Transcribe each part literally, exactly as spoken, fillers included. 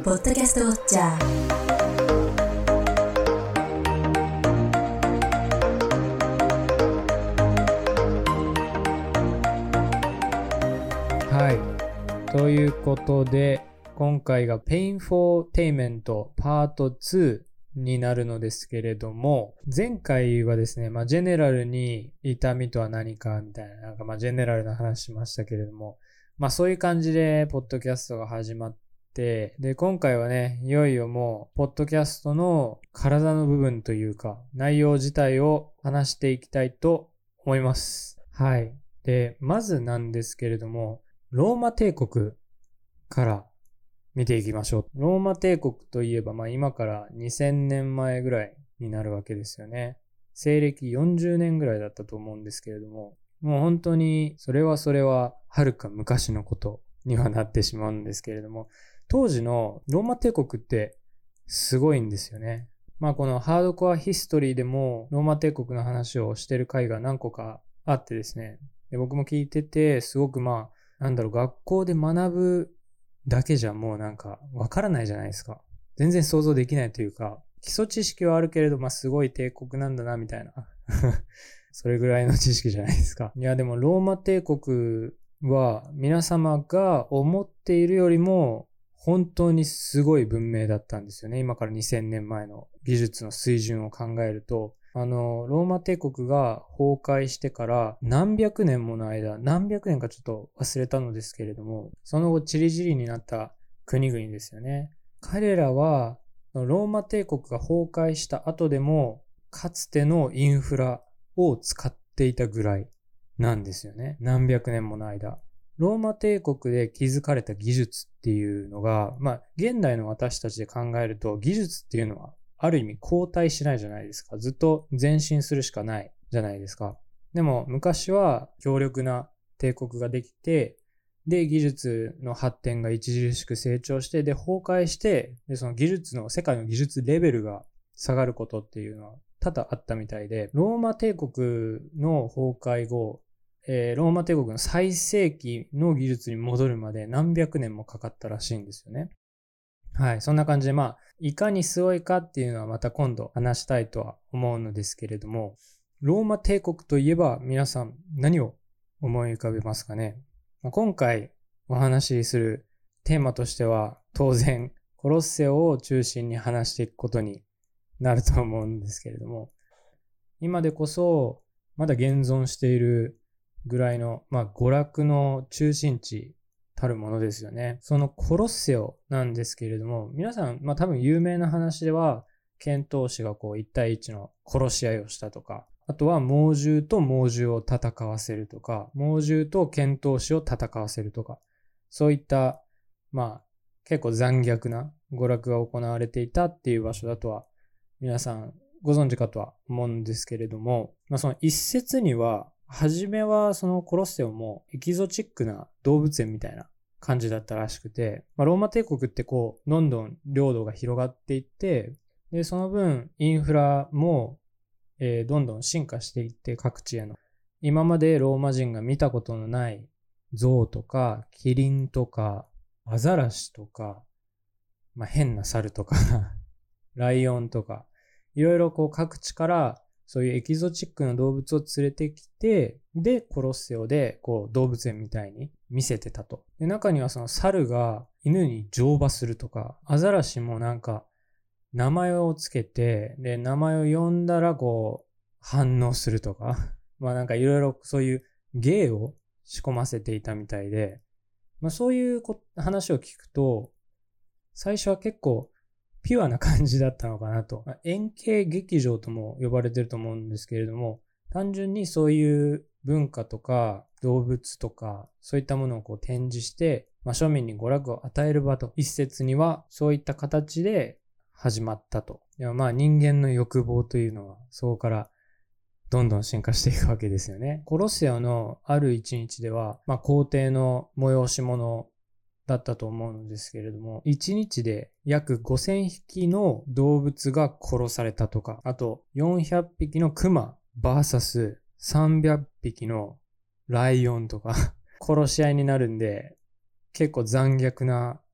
ポッドキャストウォッチャー。 はい、ということで今回がペインフォーテイメントパートツーになるのですけれども、前回はですね、まあ、ジェネラルに痛みとは何かみたいな、なんかまあジェネラルな話しましたけれども、まあそういう感じでポッドキャストが始まって、で今回はね、いよいよもうポッドキャストの体の部分というか内容自体を話していきたいと思います。はい。でまずなんですけれども、ローマ帝国から見ていきましょう。ローマ帝国といえば、まあ今からにせんねんまえぐらいになるわけですよね。西暦よんじゅうねんぐらいだったと思うんですけれども、もう本当にそれはそれは遥か昔のことにはなってしまうんですけれども、当時のローマ帝国ってすごいんですよね。まあこのハードコアヒストリーでもローマ帝国の話をしてる回が何個かあってですね、で僕も聞いてて、すごくまあなんだろう、学校で学ぶだけじゃもうなんかわからないじゃないですか。全然想像できないというか、基礎知識はあるけれど、まあすごい帝国なんだなみたいなそれぐらいの知識じゃないですか。いやでもローマ帝国は皆様が思っているよりも本当にすごい文明だったんですよね。今からにせんねんまえの技術の水準を考えると、あのローマ帝国が崩壊してから何百年もの間、何百年かちょっと忘れたのですけれども、その後チリジリになった国々ですよね。彼らはローマ帝国が崩壊した後でもかつてのインフラを使っていたぐらいなんですよね。何百年もの間。ローマ帝国で築かれた技術っていうのが、まあ現代の私たちで考えると、技術っていうのはある意味後退しないじゃないですか。ずっと前進するしかないじゃないですか。でも昔は強力な帝国ができて、で技術の発展が著しく成長して、で崩壊して、でその技術の世界の技術レベルが下がることっていうのは多々あったみたいで、ローマ帝国の崩壊後、えー、ローマ帝国の最盛期の技術に戻るまで何百年もかかったらしいんですよね。はい、そんな感じで、まあいかにすごいかっていうのはまた今度話したいとは思うのですけれども、ローマ帝国といえば皆さん何を思い浮かべますかね。まあ、今回お話しするテーマとしては当然コロッセオを中心に話していくことになると思うんですけれども、今でこそまだ現存しているぐらいの、まあ、娯楽の中心地たるものですよね。そのコロッセオなんですけれども、皆さん、まあ多分有名な話では、剣闘士がこういち対いちの殺し合いをしたとか、あとは猛獣と猛獣を戦わせるとか、猛獣と剣闘士を戦わせるとか、そういった、まあ結構残虐な娯楽が行われていたっていう場所だとは、皆さんご存知かとは思うんですけれども、まあその一説には、初めはそのコロッセオもエキゾチックな動物園みたいな感じだったらしくて、まあ、ローマ帝国ってこうどんどん領土が広がっていって、でその分インフラも、えー、どんどん進化していって、各地への今までローマ人が見たことのない象とかキリンとかアザラシとか、まあ、変な猿とかライオンとか、いろいろこう各地からそういうエキゾチックな動物を連れてきて、でコロッセオでこう動物園みたいに見せてたと。で中にはその猿が犬に乗馬するとか、アザラシもなんか名前をつけて、で名前を呼んだらこう反応するとかまあなんかいろいろそういう芸を仕込ませていたみたいで、まあそういう話を聞くと、最初は結構ピュアな感じだったのかなと。円形劇場とも呼ばれてると思うんですけれども、単純にそういう文化とか動物とかそういったものをこう展示して、まあ、庶民に娯楽を与える場と、一説にはそういった形で始まったと。でもまあ人間の欲望というのはそこからどんどん進化していくわけですよね。コロッセオのある一日では、まあ、皇帝の催し物だったと思うのですけれども、いちにちで約ごせんひきの動物が殺されたとか、あとよんひゃくぴきのクマ ブイエスさんびゃくぴきのライオンとか殺し合いになるんで、結構残虐な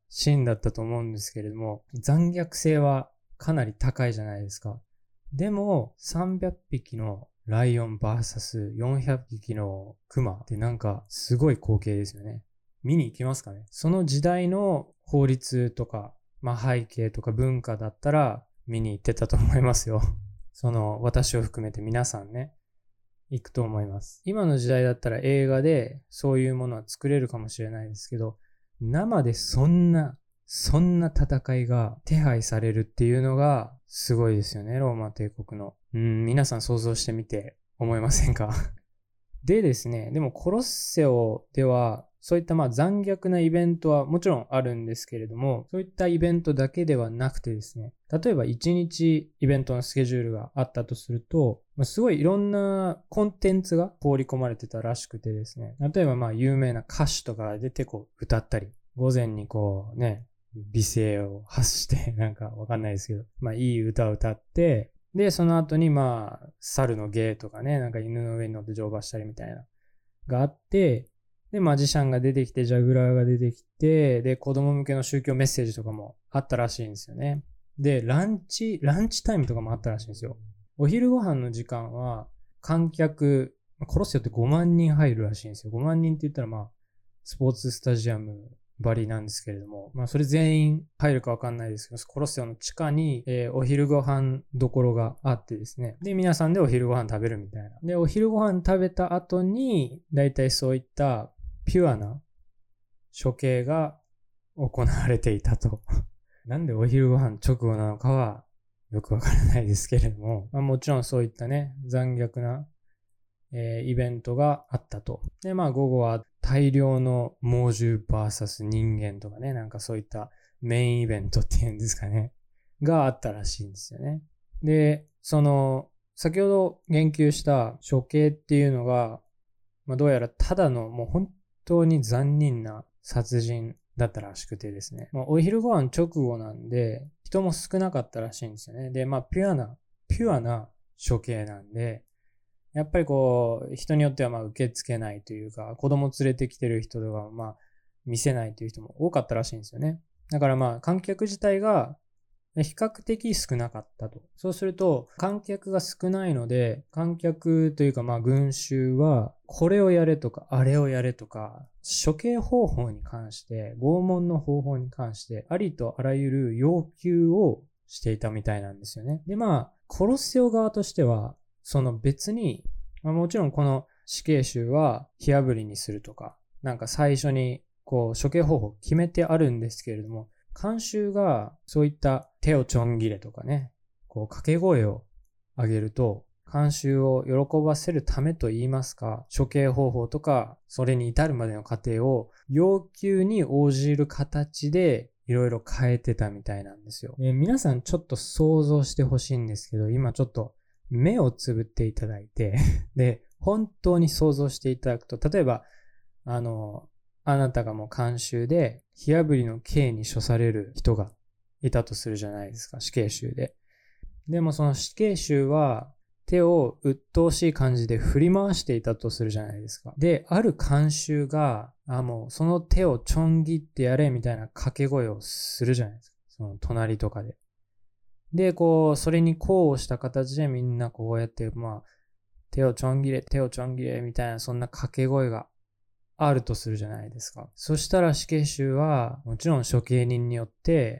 シーンだったと思うんですけれども、残虐性はかなり高いじゃないですか。でも、さんびゃくぴきのライオン ブイエスよんひゃくぴきのクマってなんかすごい光景ですよね。見に行きますかね。その時代の法律とか、まあ背景とか文化だったら見に行ってたと思いますよ。その私を含めて皆さんね、行くと思います。今の時代だったら映画でそういうものは作れるかもしれないですけど、生でそんな、そんな戦いが手配されるっていうのがすごいですよね、ローマ帝国の。うん、皆さん想像してみて思いませんか？でですね、でもコロッセオではそういったまあ残虐なイベントはもちろんあるんですけれども、そういったイベントだけではなくてですね、例えばいちにちイベントのスケジュールがあったとすると、まあ、すごいいろんなコンテンツが放り込まれてたらしくてですね、例えばまあ有名な歌手とかが出てこう歌ったり、午前にこうね、美声を発してなんかわかんないですけど、まあいい歌を歌って、で、その後にまあ、猿の芸とかね、なんか犬の上に乗って乗馬したりみたいな、があって、で、マジシャンが出てきて、ジャグラーが出てきて、で、子供向けの宗教メッセージとかもあったらしいんですよね。で、ランチ、ランチタイムとかもあったらしいんですよ。お昼ご飯の時間は、観客、コロッセオってごまんにん入るらしいんですよ。ごまんにんって言ったらまあ、スポーツスタジアムバリなんですけれども、まあそれ全員入るかわかんないですけど、コロッセオの地下に、えー、お昼ご飯どころがあってですね。で、皆さんでお昼ご飯食べるみたいな。で、お昼ご飯食べた後に、だいたいそういったピュアな処刑が行われていたと。なんでお昼ご飯直後なのかはよくわからないですけれども、まあ、もちろんそういったね、残虐なえー、イベントがあったと。で、まあ午後は大量の猛獣 ブイエス 人間とかね、なんかそういったメインイベントっていうんですかね、があったらしいんですよね。で、その、先ほど言及した処刑っていうのが、まあどうやらただのもう本当に残忍な殺人だったらしくてですね。まあお昼ご飯直後なんで、人も少なかったらしいんですよね。で、まあピュアな、ピュアな処刑なんで、やっぱりこう、人によってはまあ受け付けないというか、子供連れてきてる人とかまあ見せないという人も多かったらしいんですよね。だからまあ観客自体が比較的少なかったと。そうすると、観客が少ないので、観客というかまあ群衆は、これをやれとか、あれをやれとか、処刑方法に関して、拷問の方法に関して、ありとあらゆる要求をしていたみたいなんですよね。でまあ、コロッセオ側としては、その別に、まあ、もちろんこの死刑囚は火炙りにするとか、なんか最初にこう処刑方法決めてあるんですけれども、慣習がそういった手をちょん切れとかね、こう掛け声を上げると、慣習を喜ばせるためと言いますか、処刑方法とか、それに至るまでの過程を要求に応じる形でいろいろ変えてたみたいなんですよ。えー、皆さんちょっと想像してほしいんですけど、今ちょっと目をつぶっていただいてで、本当に想像していただくと、例えば、あの、あなたがもう慣習で、火炙りの刑に処される人がいたとするじゃないですか、死刑囚で。でもその死刑囚は、手を鬱陶しい感じで振り回していたとするじゃないですか。で、ある慣習が、あ、もうその手をちょん切ってやれみたいな掛け声をするじゃないですか。その隣とかで。で、こう、それにこうした形でみんなこうやって、まあ、手をちょん切れ、手をちょん切れみたいな、そんな掛け声があるとするじゃないですか。そしたら死刑囚は、もちろん処刑人によって、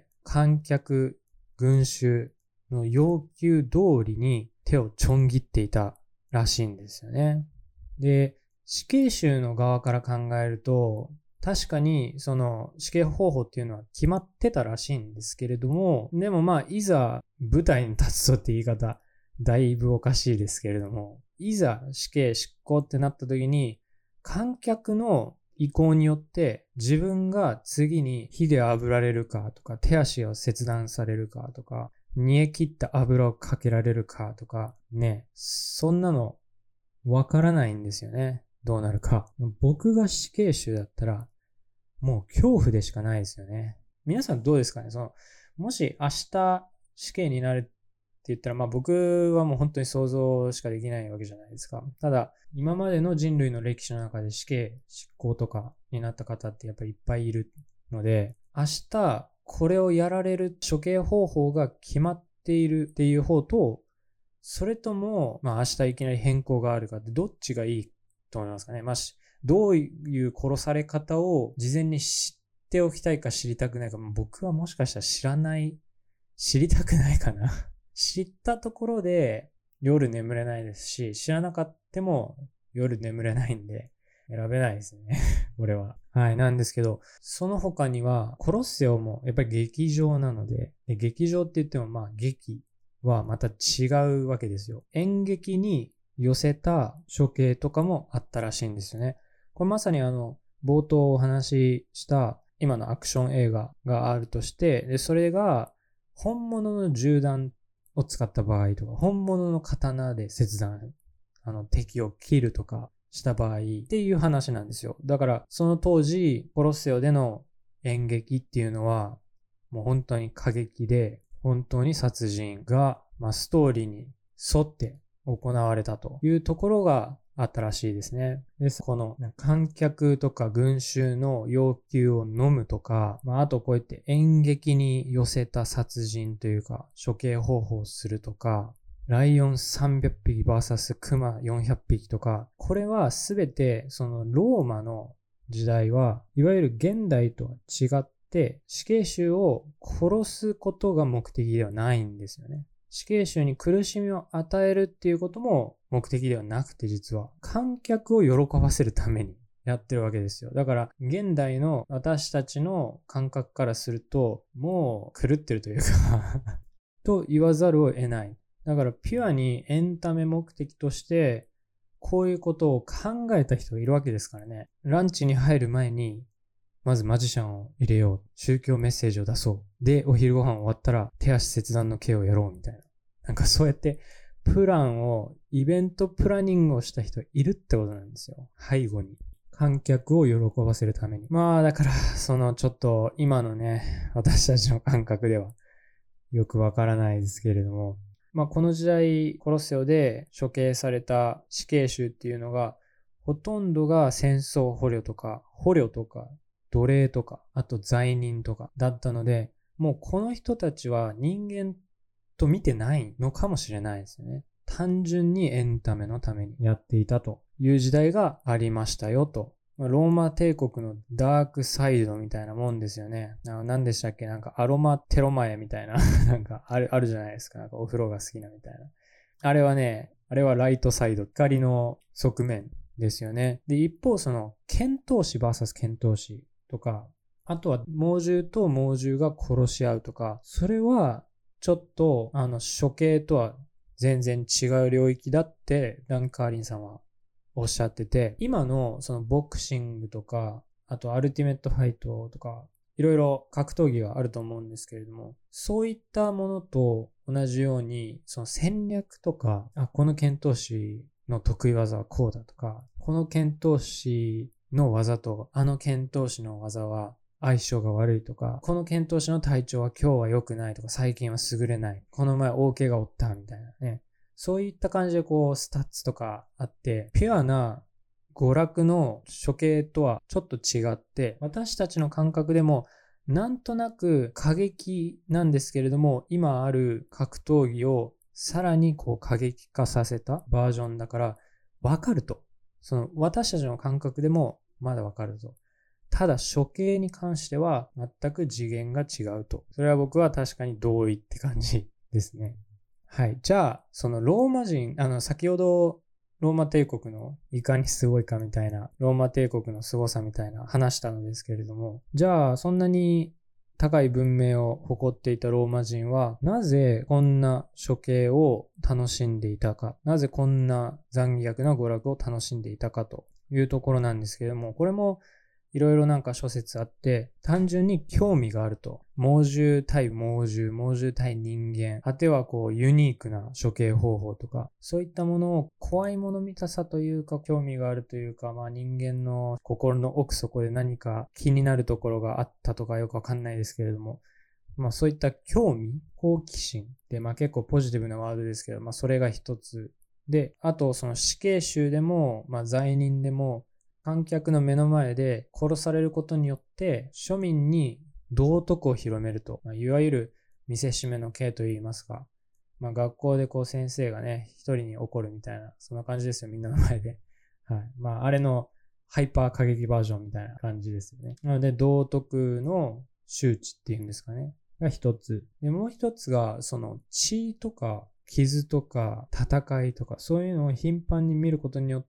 観客、群衆の要求通りに手をちょん切っていたらしいんですよね。で、死刑囚の側から考えると、確かにその死刑方法っていうのは決まってたらしいんですけれども、でもまあいざ舞台に立つとって言い方だいぶおかしいですけれども、いざ死刑執行ってなった時に観客の意向によって自分が次に火で炙られるかとか、手足を切断されるかとか、煮え切った油をかけられるかとかね、そんなのわからないんですよね。どうなるか。僕が死刑囚だったら、もう恐怖でしかないですよね。皆さんどうですかね。その、もし明日死刑になるって言ったら、まあ僕はもう本当に想像しかできないわけじゃないですか。ただ、今までの人類の歴史の中で死刑、執行とかになった方ってやっぱりいっぱいいるので、 明日これをやられる処刑方法が決まっているっていう方と、それとも、まあ明日いきなり変更があるかってどっちがいいと思いますかね。まあ、どういう殺され方を事前に知っておきたいか知りたくないか、僕はもしかしたら知らない、知りたくないかな。知ったところで夜眠れないですし、知らなかったも夜眠れないんで、選べないですね。俺は。はい。なんですけど、その他には、コロッセオもやっぱり劇場なので、で劇場って言ってもまあ劇はまた違うわけですよ。演劇に寄せた処刑とかもあったらしいんですよね。これまさにあの、冒頭お話しした今のアクション映画があるとして、で、それが本物の銃弾を使った場合とか、本物の刀で切断、あの、敵を切るとかした場合っていう話なんですよ。だから、その当時、コロッセオでの演劇っていうのは、もう本当に過激で、本当に殺人が、まあ、ストーリーに沿って行われたというところがあったらしいですね。です。この観客とか群衆の要求を飲むとか、まあ、あとこうやって演劇に寄せた殺人というか、処刑方法をするとか、ライオンさんびゃくぴき ブイエス クマよんひゃくぴきとか、これはすべてそのローマの時代はいわゆる現代とは違って死刑囚を殺すことが目的ではないんですよね。死刑囚に苦しみを与えるっていうことも目的ではなくて、実は観客を喜ばせるためにやってるわけですよ。だから現代の私たちの感覚からするともう狂ってるというかと言わざるを得ない。だからピュアにエンタメ目的としてこういうことを考えた人がいるわけですからね。ランチに入る前にまずマジシャンを入れよう。宗教メッセージを出そう。で、お昼ご飯終わったら手足切断の刑をやろうみたいな。なんかそうやってプランを、イベントプランニングをした人がいるってことなんですよ。背後に。観客を喜ばせるために。まあだから、そのちょっと今のね、私たちの感覚ではよくわからないですけれども。まあこの時代、コロッセオで処刑された死刑囚っていうのが、ほとんどが戦争捕虜とか、捕虜とか、奴隷とか、あと罪人とかだったので、もうこの人たちは人間と見てないのかもしれないですよね。単純にエンタメのためにやっていたという時代がありましたよと。ローマ帝国のダークサイドみたいなもんですよね。何でしたっけ、なんかアロマテロマエみたいななんかある、あるじゃないですか。なんかお風呂が好きなみたいな。あれはね、あれはライトサイド、光の側面ですよね。で、一方その、剣闘士 ブイエス 剣闘士とか、あとは猛獣と猛獣が殺し合うとか、それはちょっとあの処刑とは全然違う領域だってダン・カーリンさんはおっしゃってて、今のそのボクシングとか、あとアルティメットファイトとか、いろいろ格闘技があると思うんですけれども、そういったものと同じように、その戦略とか、あ、この剣闘士の得意技はこうだとか、この剣闘士の技とあの剣闘士の技は相性が悪いとか、この剣闘士の体調は今日は良くないとか、最近は優れない。この前大怪我を負ったみたいなね。そういった感じでこう、スタッツとかあって、ピュアな娯楽の処刑とはちょっと違って、私たちの感覚でもなんとなく過激なんですけれども、今ある格闘技をさらにこう過激化させたバージョンだから分かると。その私たちの感覚でもまだ分かると。ただ処刑に関しては全く次元が違うと。それは僕は確かに同意って感じですね。はい。じゃあ、そのローマ人、あの、先ほどローマ帝国のいかにすごいかみたいな、ローマ帝国の凄さみたいな話したのですけれども、じゃあ、そんなに高い文明を誇っていたローマ人は、なぜこんな処刑を楽しんでいたか、なぜこんな残虐な娯楽を楽しんでいたかというところなんですけれども、これもいろいろなんか諸説あって、単純に興味があると。猛獣対猛獣、猛獣対人間、果てはこうユニークな処刑方法とか、そういったものを怖いもの見たさというか、興味があるというか、まあ人間の心の奥底で何か気になるところがあったとかよくわかんないですけれども、まあそういった興味、好奇心で、まあ結構ポジティブなワードですけど、まあそれが一つ。で、あとその死刑囚でも、まあ罪人でも、観客の目の前で殺されることによって庶民に道徳を広めると、まあ、いわゆる見せしめの刑といいますか、まあ、学校でこう先生がね、一人に怒るみたいな、そんな感じですよ、みんなの前で。はい。まあ、あれのハイパー過激バージョンみたいな感じですよね。なので、道徳の周知っていうんですかね。が一つ。で、もう一つが、その血とか傷とか戦いとか、そういうのを頻繁に見ることによって、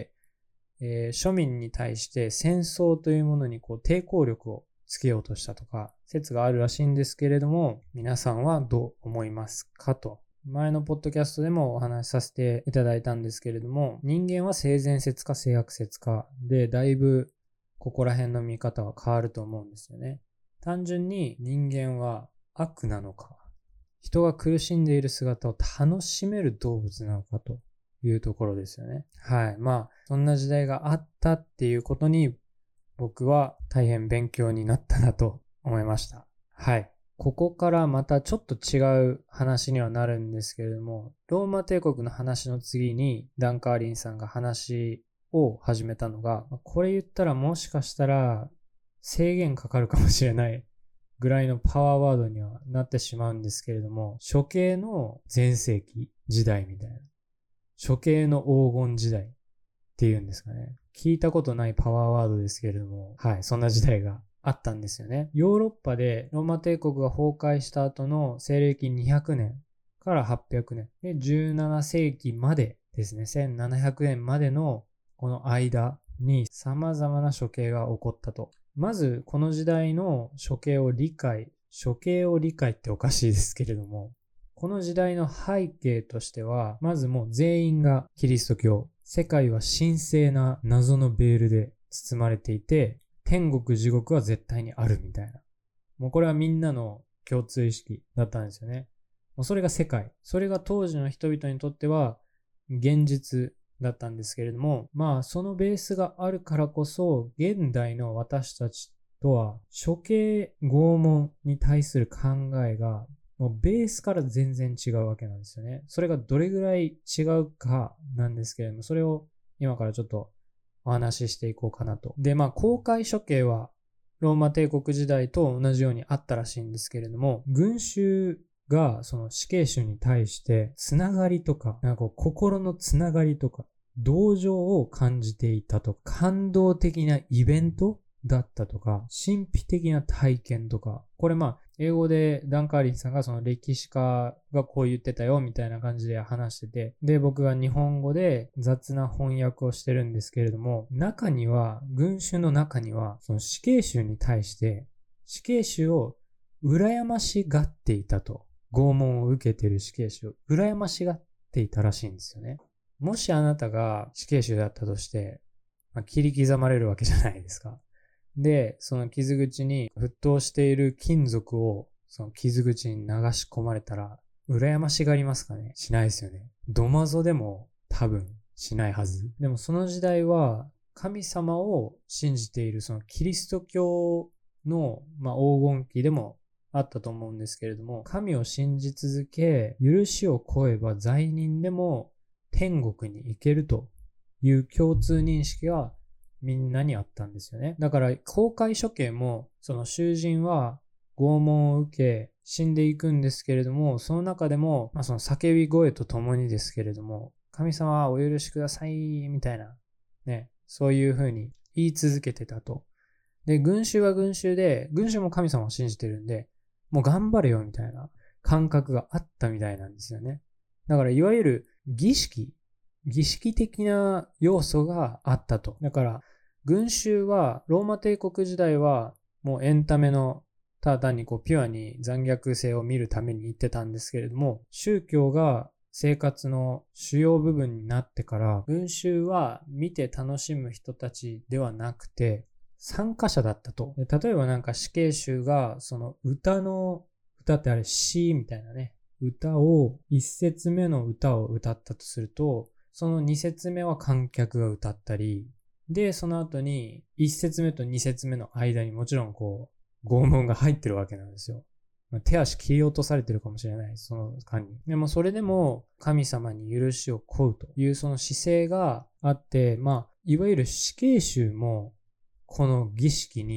えー、庶民に対して戦争というものにこう抵抗力をつけようとしたとか、説があるらしいんですけれども、皆さんはどう思いますかと。前のポッドキャストでもお話しさせていただいたんですけれども、人間は性善説か性悪説かで、だいぶここら辺の見方は変わると思うんですよね。単純に人間は悪なのか、人が苦しんでいる姿を楽しめる動物なのかというところですよね。はい。まあ、そんな時代があったっていうことに僕は大変勉強になったなと思いました。はい。ここからまたちょっと違う話にはなるんですけれども、ローマ帝国の話の次にダン・カーリンさんが話を始めたのが、これ言ったらもしかしたら制限かかるかもしれないぐらいのパワーワードにはなってしまうんですけれども、処刑の全盛期時代みたいな。処刑の黄金時代っていうんですかね。聞いたことないパワーワードですけれども、はい、そんな時代があったんですよね。ヨーロッパでローマ帝国が崩壊した後の西暦にひゃくねんからはっぴゃくねんでじゅうなな世紀までですね、せんななひゃくねんまでのこの間に様々な処刑が起こったと。まずこの時代の処刑を理解、処刑を理解っておかしいですけれども、この時代の背景としては、まずもう全員がキリスト教。世界は神聖な謎のベールで包まれていて、天国地獄は絶対にあるみたいな。もうこれはみんなの共通意識だったんですよね。もうそれが世界。それが当時の人々にとっては現実だったんですけれども、まあそのベースがあるからこそ、現代の私たちとは処刑拷問に対する考えがもうベースから全然違うわけなんですよね。それがどれぐらい違うかなんですけれども、それを今からちょっとお話ししていこうかなと。で、まあ公開処刑はローマ帝国時代と同じようにあったらしいんですけれども、群衆がその死刑囚に対してつながりとか、なんかこう心のつながりとか、同情を感じていたとか、感動的なイベントだったとか、神秘的な体験とか、これまあ、英語でダン・カーリンさんがその歴史家がこう言ってたよみたいな感じで話してて、で、僕が日本語で雑な翻訳をしてるんですけれども、中には、群衆の中には、その死刑囚に対して、死刑囚を羨ましがっていたと。拷問を受けている死刑囚を羨ましがっていたらしいんですよね。もしあなたが死刑囚だったとして、まあ、切り刻まれるわけじゃないですか。で、その傷口に沸騰している金属をその傷口に流し込まれたら、羨ましがりますかね？しないですよね。ドマゾでも多分しないはず。でもその時代は神様を信じているそのキリスト教の、まあ、黄金期でもあったと思うんですけれども、神を信じ続け、許しを請えば罪人でも天国に行けるという共通認識がみんなにあったんですよね。だから公開処刑もその囚人は拷問を受け死んでいくんですけれども、その中でも、まあ、その叫び声とともにですけれども、神様はお許しくださいみたいなね、そういう風に言い続けてたと。で、群衆は群衆で、群衆も神様を信じてるんで、もう頑張れよみたいな感覚があったみたいなんですよね。だからいわゆる儀式、儀式的な要素があったと。だから群衆はローマ帝国時代はもうエンタメのただ単にこうピュアに残虐性を見るために行ってたんですけれども、宗教が生活の主要部分になってから群衆は見て楽しむ人たちではなくて参加者だったと。で例えばなんか死刑囚がその歌の歌ってあれ詩みたいなね、歌を一節目の歌を歌ったとすると、その二節目は観客が歌ったり、でその後に一節目と二節目の間にもちろんこう拷問が入ってるわけなんですよ。手足切り落とされてるかもしれない、その間に。でもそれでも神様に許しを請うというその姿勢があって、まあいわゆる死刑囚もこの儀式に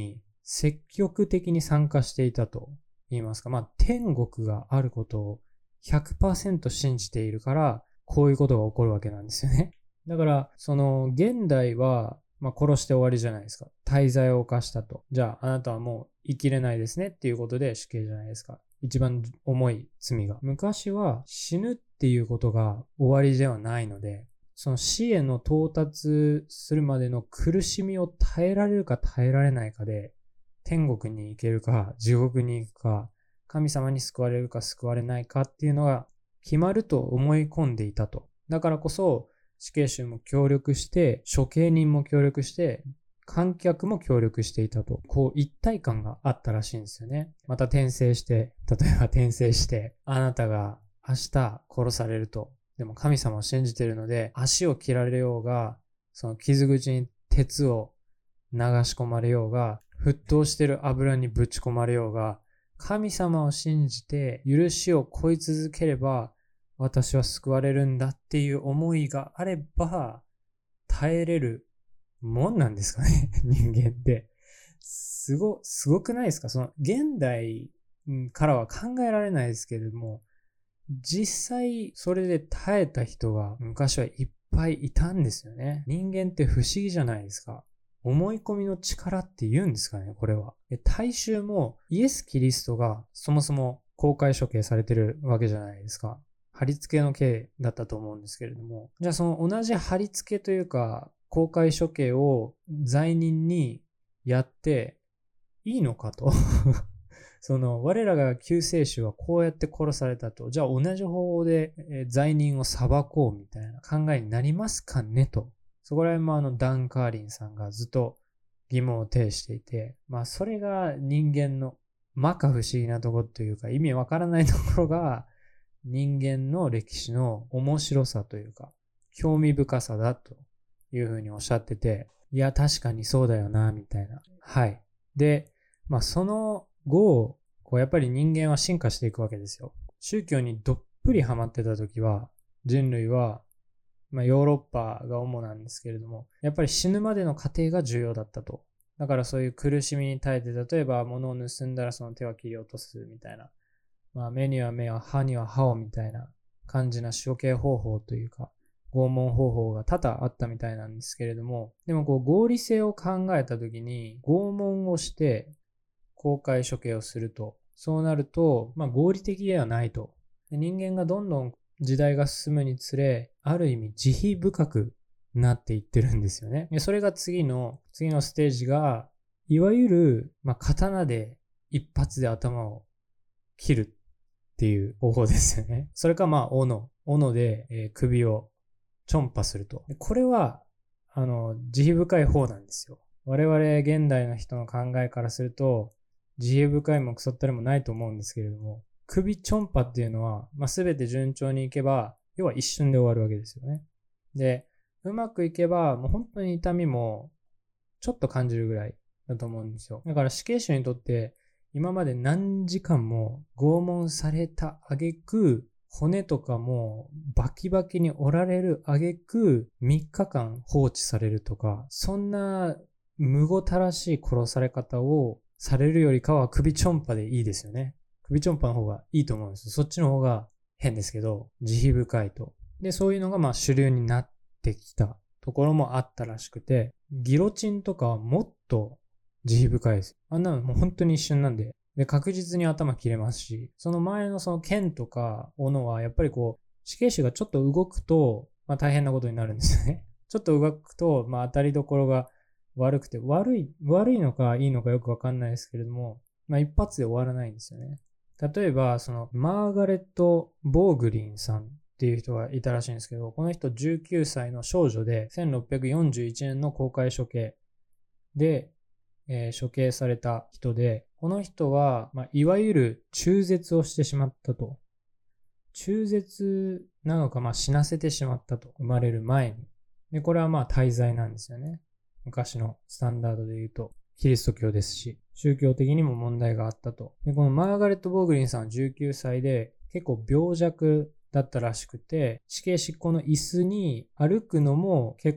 積極的に参加していたと言いますか、まあ天国があることを ひゃくパーセント 信じているから、こういうことが起こるわけなんですよね。だから、その現代は、まあ殺して終わりじゃないですか。大罪を犯したと。じゃああなたはもう生きれないですねっていうことで死刑じゃないですか。一番重い罪が。昔は死ぬっていうことが終わりではないので、その死への到達するまでの苦しみを耐えられるか耐えられないかで、天国に行けるか、地獄に行くか、神様に救われるか救われないかっていうのが決まると思い込んでいたと。だからこそ、死刑囚も協力して、処刑人も協力して、観客も協力していたと。こう一体感があったらしいんですよね。また転生して、例えば転生して、あなたが明日殺されると。でも神様を信じているので、足を切られようが、その傷口に鉄を流し込まれようが、沸騰している油にぶち込まれようが、神様を信じて許しを請い続ければ、私は救われるんだっていう思いがあれば、耐えれるもんなんですかね、人間って。すご、すごくないですか？その現代からは考えられないですけれども、実際それで耐えた人が昔はいっぱいいたんですよね。人間って不思議じゃないですか。思い込みの力って言うんですかね、これは。大衆もイエス・キリストがそもそも公開処刑されてるわけじゃないですか。貼り付けの刑だったと思うんですけれども、じゃあその同じ貼り付けというか公開処刑を罪人にやっていいのかとその我らが救世主はこうやって殺されたと、じゃあ同じ方法で罪人を裁こうみたいな考えになりますかねと。そこら辺もあのダン・カーリンさんがずっと疑問を呈していて、まあそれが人間の摩訶不思議なところというか意味わからないところが人間の歴史の面白さというか興味深さだというふうにおっしゃってて、いや確かにそうだよなみたいな。はい。で、まあその後、こうやっぱり人間は進化していくわけですよ。宗教にどっぷりハマってた時は人類はまあ、ヨーロッパが主なんですけれども、やっぱり死ぬまでの過程が重要だったと。だからそういう苦しみに耐えて、例えば物を盗んだらその手は切り落とすみたいな、まあ、目には目を、歯には歯をみたいな感じな処刑方法というか、拷問方法が多々あったみたいなんですけれども、でもこう合理性を考えたときに、拷問をして公開処刑をすると、そうなると、まあ合理的ではないと。人間がどんどん時代が進むにつれ、ある意味慈悲深くなっていってるんですよね。でそれが次の、次のステージが、いわゆる、まあ、刀で一発で頭を切るっていう方法ですよね。それかまあ、斧。斧で、えー、首をちょんぱすると。これは、あの、慈悲深い方なんですよ。我々現代の人の考えからすると、慈悲深いもクソったりもないと思うんですけれども、首ちょんぱっていうのは、まあ、全て順調にいけば、要は一瞬で終わるわけですよね。で、うまくいけば、もう本当に痛みもちょっと感じるぐらいだと思うんですよ。だから死刑囚にとって、今まで何時間も拷問された挙句、骨とかもバキバキに折られる挙句、みっかかん放置されるとか、そんなむごたらしい殺され方をされるよりかは首ちょんぱでいいですよね。首ちょんぱの方がいいと思うんです。そっちの方が変ですけど、慈悲深いと。で、そういうのがまあ主流になってきたところもあったらしくて、ギロチンとかはもっと慈悲深いです。あんなのもう本当に一瞬なんで。で、確実に頭切れますし、その前のその剣とか斧はやっぱりこう、死刑囚がちょっと動くと、まあ大変なことになるんですよね。ちょっと動くと、まあ当たりどころが悪くて、悪い、悪いのかいいのかよくわかんないですけれども、まあ一発で終わらないんですよね。例えば、その、マーガレット・ボーグリンさんっていう人がいたらしいんですけど、この人じゅうきゅうさいの少女で、せんろっぴゃくよんじゅういちねんの公開処刑で、えー、処刑された人で、この人は、まあ、いわゆる中絶をしてしまったと。中絶なのか、まあ、死なせてしまったと。生まれる前に。で、これはまあ、大罪なんですよね。昔のスタンダードで言うと。キリスト教ですし、宗教的にも問題があったと。で、このマーガレット・ボーグリンさんはじゅうきゅうさいで結構病弱だったらしくて、死刑執行の椅子に歩くのも結構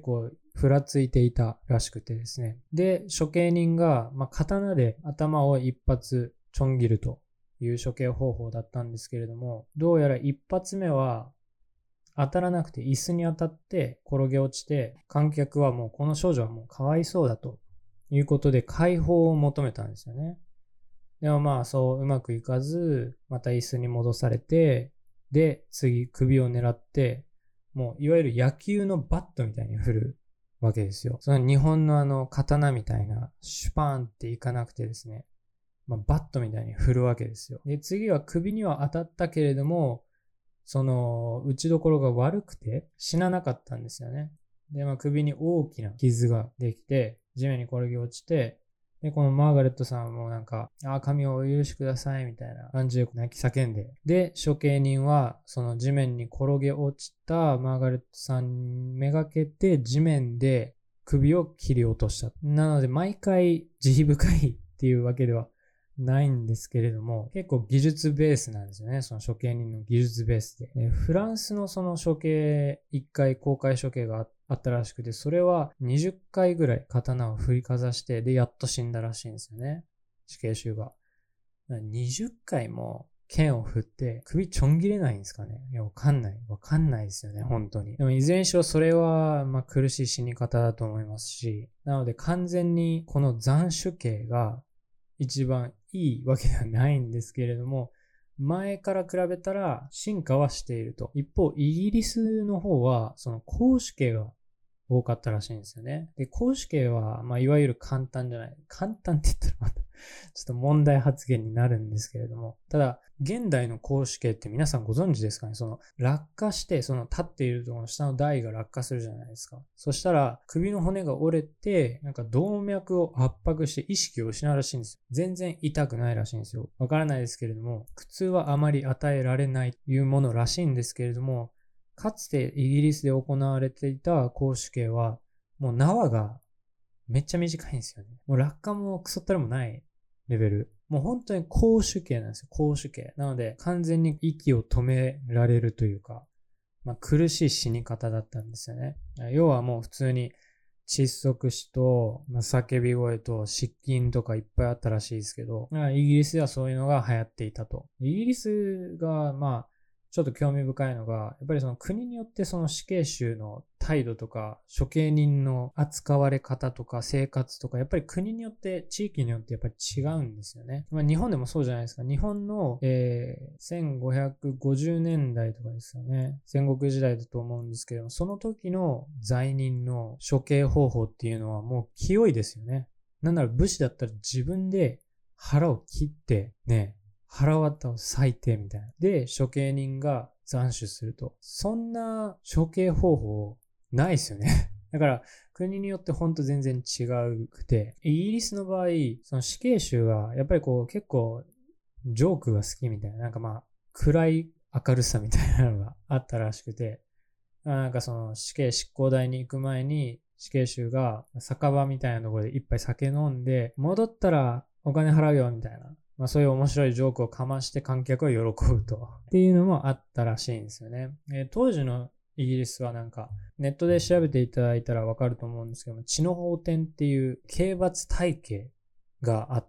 ふらついていたらしくてですね。で、処刑人が、まあ、刀で頭を一発ちょん切るという処刑方法だったんですけれども、どうやら一発目は当たらなくて椅子に当たって転げ落ちて、観客はもうこの少女はもうかわいそうだということで解放を求めたんですよね。でもまあそううまくいかず、また椅子に戻されて、で、次首を狙って、もういわゆる野球のバットみたいに振るわけですよ。その日本のあの刀みたいなシュパーンっていかなくてですね、まあ、バットみたいに振るわけですよ。で、次は首には当たったけれども、その打ちどころが悪くて死ななかったんですよね。で、まあ首に大きな傷ができて、地面に転げ落ちて、で、このマーガレットさんもなんか、ああ、神をお許しくださいみたいな感じで泣き叫んで、で、処刑人はその地面に転げ落ちたマーガレットさんめがけて地面で首を切り落とした。なので毎回慈悲深いっていうわけではないんですけれども、結構技術ベースなんですよね。その処刑人の技術ベースで。えフランスのその処刑、一回公開処刑があったらしくて、それはにじゅっかいぐらい刀を振りかざして、で、やっと死んだらしいんですよね。死刑囚が。にじゅっかいも剣を振って首ちょん切れないんですかね。いや、わかんない。わかんないですよね、本当に。でもいずれにしろそれは、まあ、苦しい死に方だと思いますし、なので完全にこの斬首刑が一番いいわけではないんですけれども、前から比べたら進化はしていると。一方、イギリスの方は、その絞首刑が多かったらしいんですよね。で、絞首刑は、まあ、いわゆる簡単じゃない。簡単って言ったらまた、ちょっと問題発言になるんですけれども、ただ、現代の絞首刑って皆さんご存知ですかね。その、落下して、その立っているところの下の台が落下するじゃないですか。そしたら、首の骨が折れて、なんか動脈を圧迫して意識を失うらしいんですよ。全然痛くないらしいんですよ。わからないですけれども、苦痛はあまり与えられないというものらしいんですけれども、かつてイギリスで行われていた絞首刑は、もう縄がめっちゃ短いんですよね。もう落下もクソったらもないレベル。もう本当に絞首刑なんですよ。絞首刑。なので完全に息を止められるというか、まあ、苦しい死に方だったんですよね。要はもう普通に窒息死と、まあ、叫び声と失禁とかいっぱいあったらしいですけど、イギリスではそういうのが流行っていたと。イギリスがまあちょっと興味深いのが、やっぱりその国によってその死刑囚の態度とか、処刑人の扱われ方とか生活とか、やっぱり国によって、地域によってやっぱり違うんですよね。まあ日本でもそうじゃないですか。日本の、えー、せんごひゃくごじゅうねんだいとかですよね。戦国時代だと思うんですけども、その時の罪人の処刑方法っていうのはもう清いですよね。なんなら武士だったら自分で腹を切ってね、腹渡を裂いてみたいな。で、処刑人が斬首すると。そんな処刑方法ないですよね。だから国によってほんと全然違うくて、イギリスの場合、その死刑囚がやっぱりこう結構ジョークが好きみたいな、なんかまあ暗い明るさみたいなのがあったらしくて、なんかその死刑執行台に行く前に死刑囚が酒場みたいなところで一杯酒飲んで、戻ったらお金払うよみたいな。まあそういう面白いジョークをかまして観客を喜ぶと。っていうのもあったらしいんですよね。えー、当時のイギリスはなんかネットで調べていただいたらわかると思うんですけども、血の法典っていう刑罰体系があって、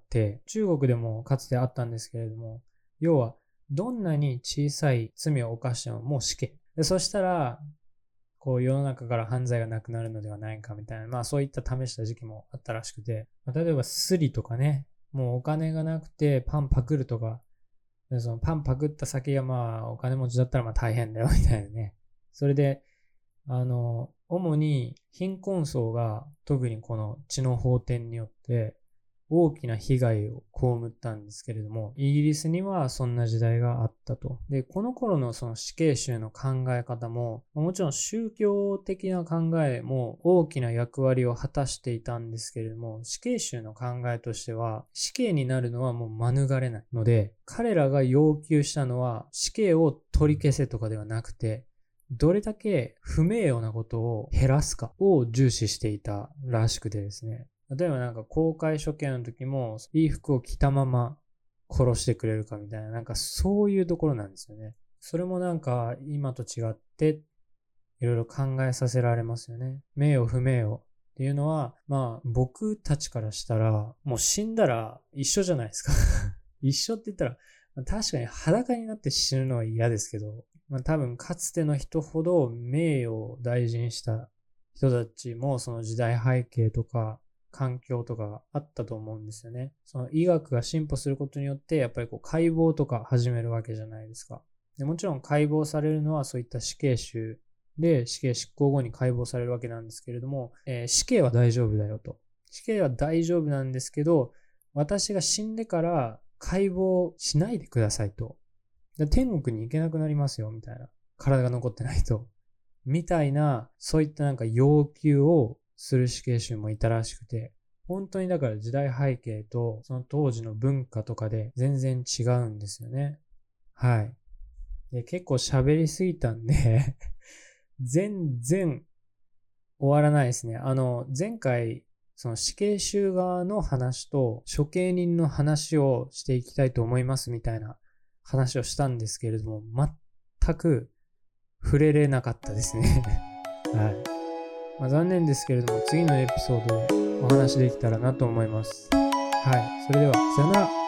中国でもかつてあったんですけれども、要はどんなに小さい罪を犯してももう死刑。でそしたら、こう世の中から犯罪がなくなるのではないかみたいな、まあそういった試した時期もあったらしくて、まあ、例えばスリとかね、もうお金がなくてパンパクるとか、そのパンパクった先がまあお金持ちだったらまあ大変だよみたいなね。それで、あの、主に貧困層が特にこの血の法典によって大きな被害を被ったんですけれども、イギリスにはそんな時代があったと。で、この頃のその死刑囚の考え方も、もちろん宗教的な考えも大きな役割を果たしていたんですけれども、死刑囚の考えとしては、死刑になるのはもう免れないので、彼らが要求したのは死刑を取り消せとかではなくて、どれだけ不名誉なことを減らすかを重視していたらしくてですね。例えばなんか公開処刑の時もいい服を着たまま殺してくれるかみたいな、なんかそういうところなんですよね。それもなんか今と違って、 いろいろ考えさせられますよね。名誉不名誉っていうのは、まあ僕たちからしたら、もう死んだら一緒じゃないですか。一緒って言ったら、まあ、確かに裸になって死ぬのは嫌ですけど、まあ多分かつての人ほど名誉を大事にした人たちもその時代背景とか環境とかがあったと思うんですよね。その医学が進歩することによってやっぱりこう解剖とか始めるわけじゃないですか。でもちろん解剖されるのはそういった死刑囚で死刑執行後に解剖されるわけなんですけれども、えー、死刑は大丈夫だよと。死刑は大丈夫なんですけど、私が死んでから解剖しないでくださいと。天国に行けなくなりますよみたいな。体が残ってないと。みたいな、そういったなんか要求をする死刑囚もいたらしくて、本当にだから時代背景とその当時の文化とかで全然違うんですよね。はい。で結構喋りすぎたんで全然終わらないですね。あの、前回、その死刑囚側の話と処刑人の話をしていきたいと思いますみたいな話をしたんですけれども、全く触れれなかったですね。はい。まあ、残念ですけれども、次のエピソードでお話できたらなと思います。はい。それでは、さよなら。